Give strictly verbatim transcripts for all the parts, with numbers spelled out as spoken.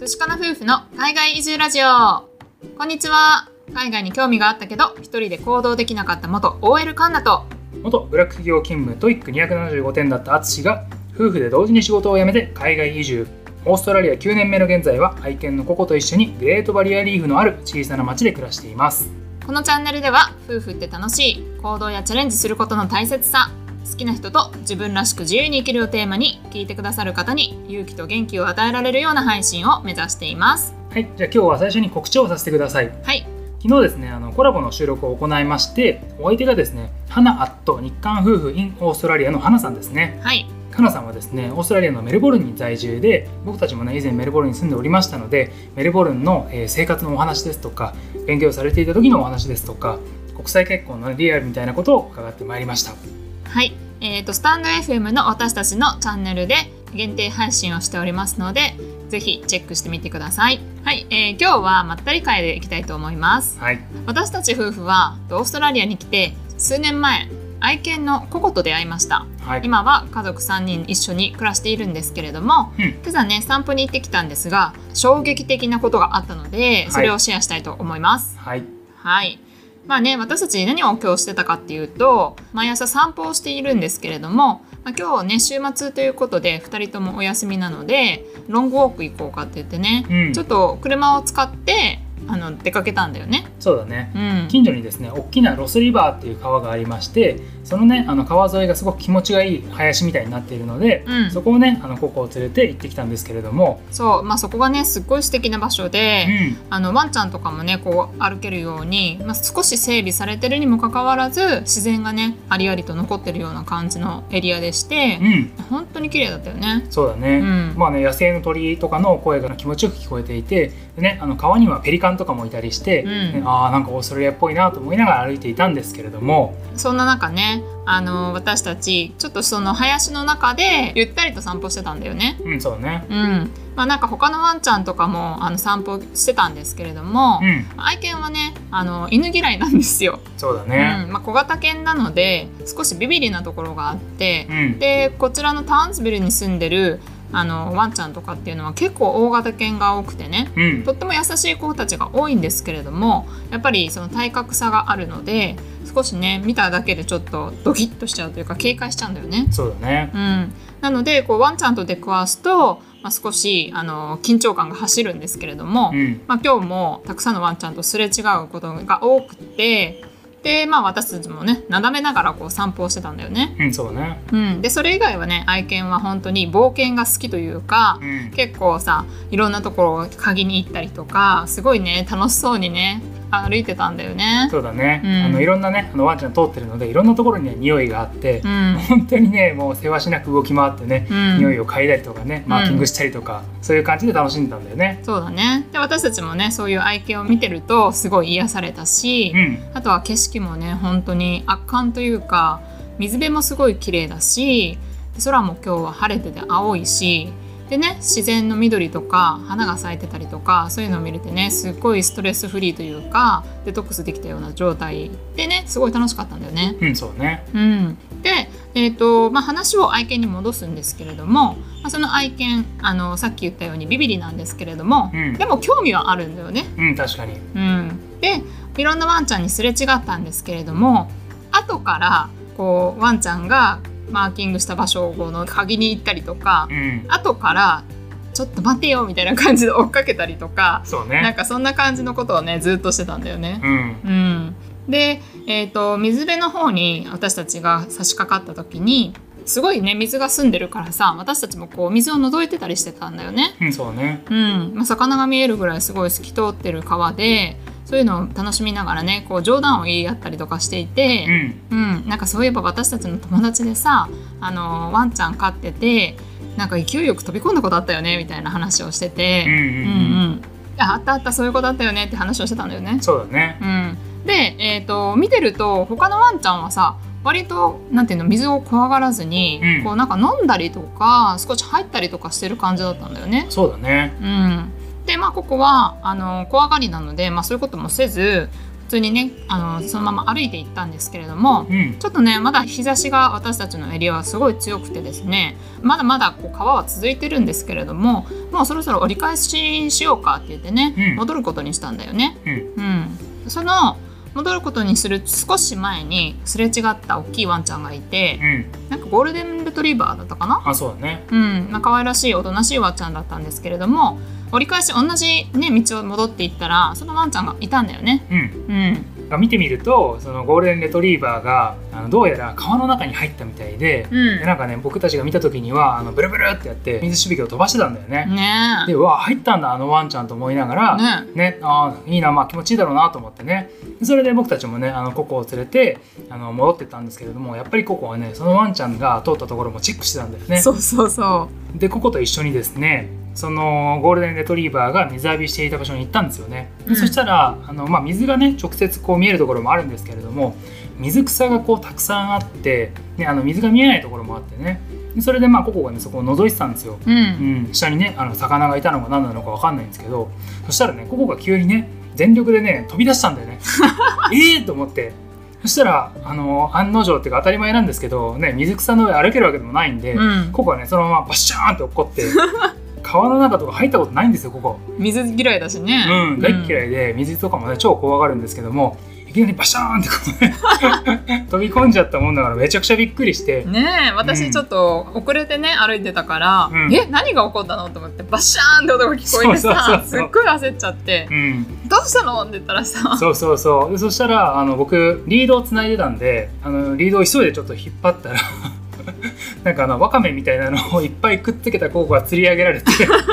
串かな夫婦の海外移住ラジオ。こんにちは。海外に興味があったけど一人で行動できなかった元 オーエル カンナと元ブラック企業勤務トイックにひゃくななじゅうごてんだったアツシが夫婦で同時に仕事を辞めて海外移住。オーストラリアきゅうねんめの現在は愛犬のココと一緒にグレートバリアリーフのある小さな町で暮らしています。 このチャンネルでは夫婦って楽しい、行動やチャレンジすることの大切さ、好きな人と自分らしく自由に生きるをテーマに聞いてくださる方に勇気と元気を与えられるような配信を目指しています。 はい、じゃあ今日は最初に告知をさせてください。 はい。 昨日ですね、あのコラボの収録を行いまして、お相手がですね、花アット日韓夫婦 in オーストラリアの花さんですね。 はい。 花さんはですね、オーストラリアのメルボルンに在住で、僕たちもね以前メルボルンに住んでおりましたので、メルボルンの、えー、生活のお話ですとか、勉強されていた時のお話ですとか、国際結婚のリアルみたいなことを伺ってまいりました。 はい、えーと、スタンド エフエム の私たちのチャンネルで限定配信をしておりますので、ぜひチェックしてみてください。はい、えー、今日はまったり会でいきたいと思います。 はい、 私たち夫婦はオーストラリアに来て数年前、愛犬のココと出会いました。はい、今は家族さんにん一緒に暮らしているんですけれども、うん、今朝ね散歩に行ってきたんですが、衝撃的なことがあったので、それをシェアしたいと思います。 はい、 はい、まあね、私たち何を今日してたかっていうと、毎朝散歩をしているんですけれども、まあ、今日ね週末ということでふたりともお休みなので、ロングウォーク行こうかって言ってね、うん、ちょっと車を使ってあの出かけたんだよね。 そうだね、 うん、 近所にですね大きなロスリバーっていう川がありまして、そのねあの川沿いがすごく気持ちがいい林みたいになっているので、うん、そこをねあのココを連れて行ってきたんですけれども、 そう、まあ、そこがねすっごい素敵な場所で、うん、あのワンちゃんとかもねこう歩けるように、まあ、少し整備されてるにもかかわらず自然がねありありと残ってるような感じのエリアでして、うん、本当に綺麗だったよね。 そうだね、うん、まあね野生の鳥とかの声が気持ちよく聞こえていて、で、ね、あの川にはペリカンとかもいたりして、うんね、あーなんかオーストラリアっぽいなと思いながら歩いていたんですけれども、 そんな中ねあの私たちちょっとその林の中でゆったりと散歩してたんだよね。 うん、そうね。 うん。まあなんか他のワンちゃんとかもあの散歩してたんですけれども、うん、愛犬はねあの犬嫌いなんですよ。 そうだね。 うん、まあ、小型犬なので少しビビリなところがあって、うん、でこちらのタウンズビルに住んでるあのワンちゃんとかっていうのは結構大型犬が多くてね、うん、とっても優しい子たちが多いんですけれども、やっぱりその体格差があるので少しね見ただけでちょっとドキッとしちゃうというか警戒しちゃうんだよね。 そうだね、 うん、なのでこうワンちゃんと出くわすと、まあ、少しあの緊張感が走るんですけれども、うん、まあ、今日もたくさんのワンちゃんとすれ違うことが多くて、で、まあ、私たちもねなだめながらこう散歩をしてたんだよね。 うん、そうね、 うん、でそれ以外はね愛犬は本当に冒険が好きというか、うん、結構さいろんなところを嗅ぎに行ったりとか、すごいね楽しそうにね歩いてたんだよね。 そうだね、うん、あのいろんなねあのワンちゃん通ってるのでいろんなところに、ね、匂いがあって、うん、本当にねもうせわしなく動き回ってね、うん、匂いを嗅いだりとかねマーキングしたりとか、うん、そういう感じで楽しんでたんだよね。 そうだね。で私たちもねそういう愛犬を見てるとすごい癒されたし、うん、あとは景色もね本当に圧巻というか、水辺もすごい綺麗だし、空も今日は晴れてて青いし、でね自然の緑とか花が咲いてたりとか、そういうのを見れてねすっごいストレスフリーというかデトックスできたような状態でねすごい楽しかったんだよね。 うん、そうね。 うん、で、えーとまあ、話を愛犬に戻すんですけれども、まあ、その愛犬あのさっき言ったようにビビリなんですけれども、うん、でも興味はあるんだよね。 うん、確かに。 うん、でいろんなワンちゃんにすれ違ったんですけれども、後からこうワンちゃんがマーキングした場所をこの嗅ぎに行ったりとか、うん、後からちょっと待てよみたいな感じで追っかけたりとか、 そうね、 なんかそんな感じのことをねずっとしてたんだよね。 うん、 うん、で、えーと、水辺の方に私たちが差し掛かった時にすごいね水が澄んでるからさ、私たちもこう水を覗いてたりしてたんだよね。 うん、そうね。 うん、まあ、魚が見えるぐらいすごい透き通ってる川で、そういうのを楽しみながらねこう冗談を言い合ったりとかしていて、うんうん、なんかそういえば私たちの友達でさあのワンちゃん飼っててなんか勢いよく飛び込んだことあったよねみたいな話をしてて、うんうんうんうん、あ, あったあったそういうことあったよねって話をしてたんだよね。 そうだね、 うん、で、えーと、見てると他のワンちゃんはさ割となんていうの水を怖がらずに、うん、こうなんか飲んだりとか少し入ったりとかしてる感じだったんだよね。 そうだね、 うん、でまあここはあの怖がりなので、まあ、そういうこともせず通にねあのそのまま歩いて行ったんですけれども、 うん、 ちょっとねまだ日差しが私たちのエリアはすごい強くてですね、まだまだこう川は続いてるんですけれども、もうそろそろ折り返ししようかって言ってね、うん、戻ることにしたんだよね。うん、うん、その戻ることにする少し前にすれ違った大きいワンちゃんがいて、うん、なんかゴールデンレトリーバーだったかな。 あ、そうだね。 うん、まあ、可愛らしいおとなしいワンちゃんだったんですけれども、折り返し同じ、ね、道を戻っていったらそのワンちゃんがいたんだよね。うんうん、見てみるとそのゴールデンレトリーバーがあのどうやら川の中に入ったみたい で,、うん、でなんかね僕たちが見た時にはあのブルブルってやって水しぶきを飛ばしてたんだよね。 ねでうわ入ったんだあのワンちゃんと思いながら、ねね、あいいな、まあ、気持ちいいだろうなと思ってね。それで僕たちもねあのココを連れてあの戻ってったんですけれども、やっぱりココはねそのワンちゃんが通ったところもチェックしてたんだよね。 そうそうそう。 でココと一緒にですねそのゴールデンレトリーバーが水浴びしていた場所に行ったんですよね。で、うん、そしたらあの、まあ、水がね直接こう見えるところもあるんですけれども、水草がこうたくさんあって、ね、あの水が見えないところもあってね、でそれでまあココがねそこを覗いてたんですよ。うんうん、下にねあの魚がいたのか何なのか分かんないんですけど、そしたらねココが急にね全力でね飛び出したんだよね。ええと思って、そしたらあの案の定っていうか当たり前なんですけど、ね、水草の上歩けるわけでもないんで、うん、ココはねそのままバッシャーンって落っこって川の中とか入ったことないんですよここ。 水嫌いだしね、 うん、大嫌いで水とかもね超怖がるんですけども、いきなりバシャーンってこう、ね、飛び込んじゃったもんだからめちゃくちゃびっくりしてねえ、私ちょっと遅れてね歩いてたから、うん、え何が起こったのと思ってバシャーンって音が聞こえてさ、すっごい焦っちゃって、うん、どうしたのって言ったらさ、 そうそうそう、そしたらあの僕リードをつないでたんで、あのリードを急いでちょっと引っ張ったらなんかあのワカメみたいなのをいっぱいくっつけたココが釣り上げられて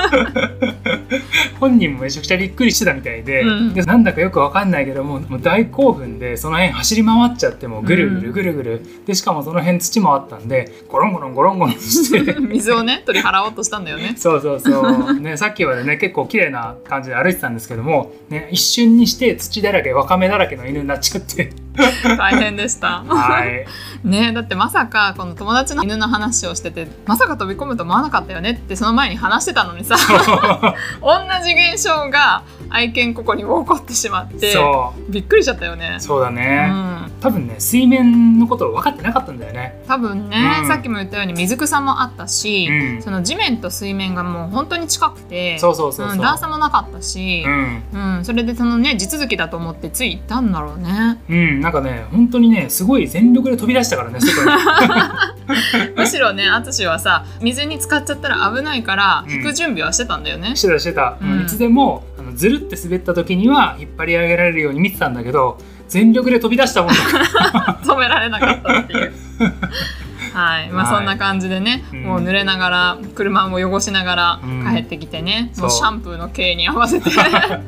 本人もめちゃくちゃびっくりしてたみたい で,、うん、でなんだかよくわかんないけどももう大興奮でその辺走り回っちゃってもうぐるぐるぐるぐる、うん、でしかもその辺土もあったんでゴロンゴロンゴロンゴロンして水をね取り払おうとしたんだよね。 そうそうそう、ね、さっきまでね結構綺麗な感じで歩いてたんですけども、ね、一瞬にして土だらけワカメだらけの犬になっちゃって大変でした。はいね、だってまさかこの友達の犬の話をしててまさか飛び込むと思わなかったよねってその前に話してたのにさ同じ現象が愛犬ココにも起こってしまってそうびっくりしちゃったよね。 そうだね、うん、多分ね水面のことを分かってなかったんだよね多分ね、うん、さっきも言ったように水草もあったし、うん、その地面と水面がもう本当に近くてそうそうそうそう、 うん、段差もなかったし、うんうん、それでそのね地続きだと思ってつい行ったんだろうね。 うんなんかね本当にねすごい全力で飛び出したからね外にむしろね淳はさ水に浸かっちゃったら危ないから引く準備はしてたんだよね、 うん、してたしてた、うん、いつでもあのずるって滑った時には引っ張り上げられるように見てたんだけど全力で飛び出したもんだから止められなかったっていうはいまあ、そんな感じでね、はい、もう濡れながら車も汚しながら帰ってきてね、うん、もうシャンプーの径に合わせて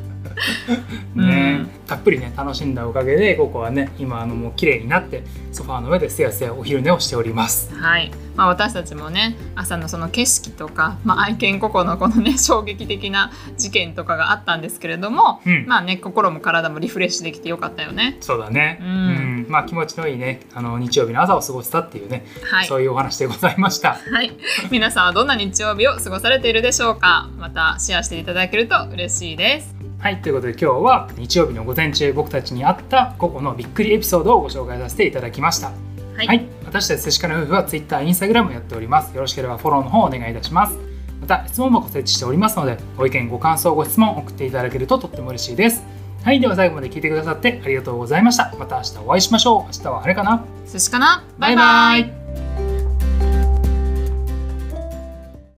ね、うん、たっぷりね楽しんだおかげでココはね今あのもう綺麗になってソファーの上でせやせやお昼寝をしております。 はい、まあ、私たちもね朝のその景色とか、まあ、愛犬ココのこのね衝撃的な事件とかがあったんですけれども、うん、まあね心も体もリフレッシュできてよかったよね。 そうだね、うんうん、まあ気持ちのいいねあの日曜日の朝を過ごせたっていうね、はい、そういうお話でございました。 はい、皆さんはどんな日曜日を過ごされているでしょうか。またシェアしていただけると嬉しいです。 はい、ということで今日は日曜日の午前中僕たちにあったココのびっくりエピソードをご紹介させていただきました。はい、はい、私たち寿司かな夫婦は Twitter、Instagram やっております。よろしければフォローの方お願いいたします。また質問箱設置しておりますのでご意見ご感想ご質問送っていただけるととっても嬉しいです。はい、では最後まで聞いてくださってありがとうございました。また明日お会いしましょう。明日はあれかな、 寿司かな。バイバイ。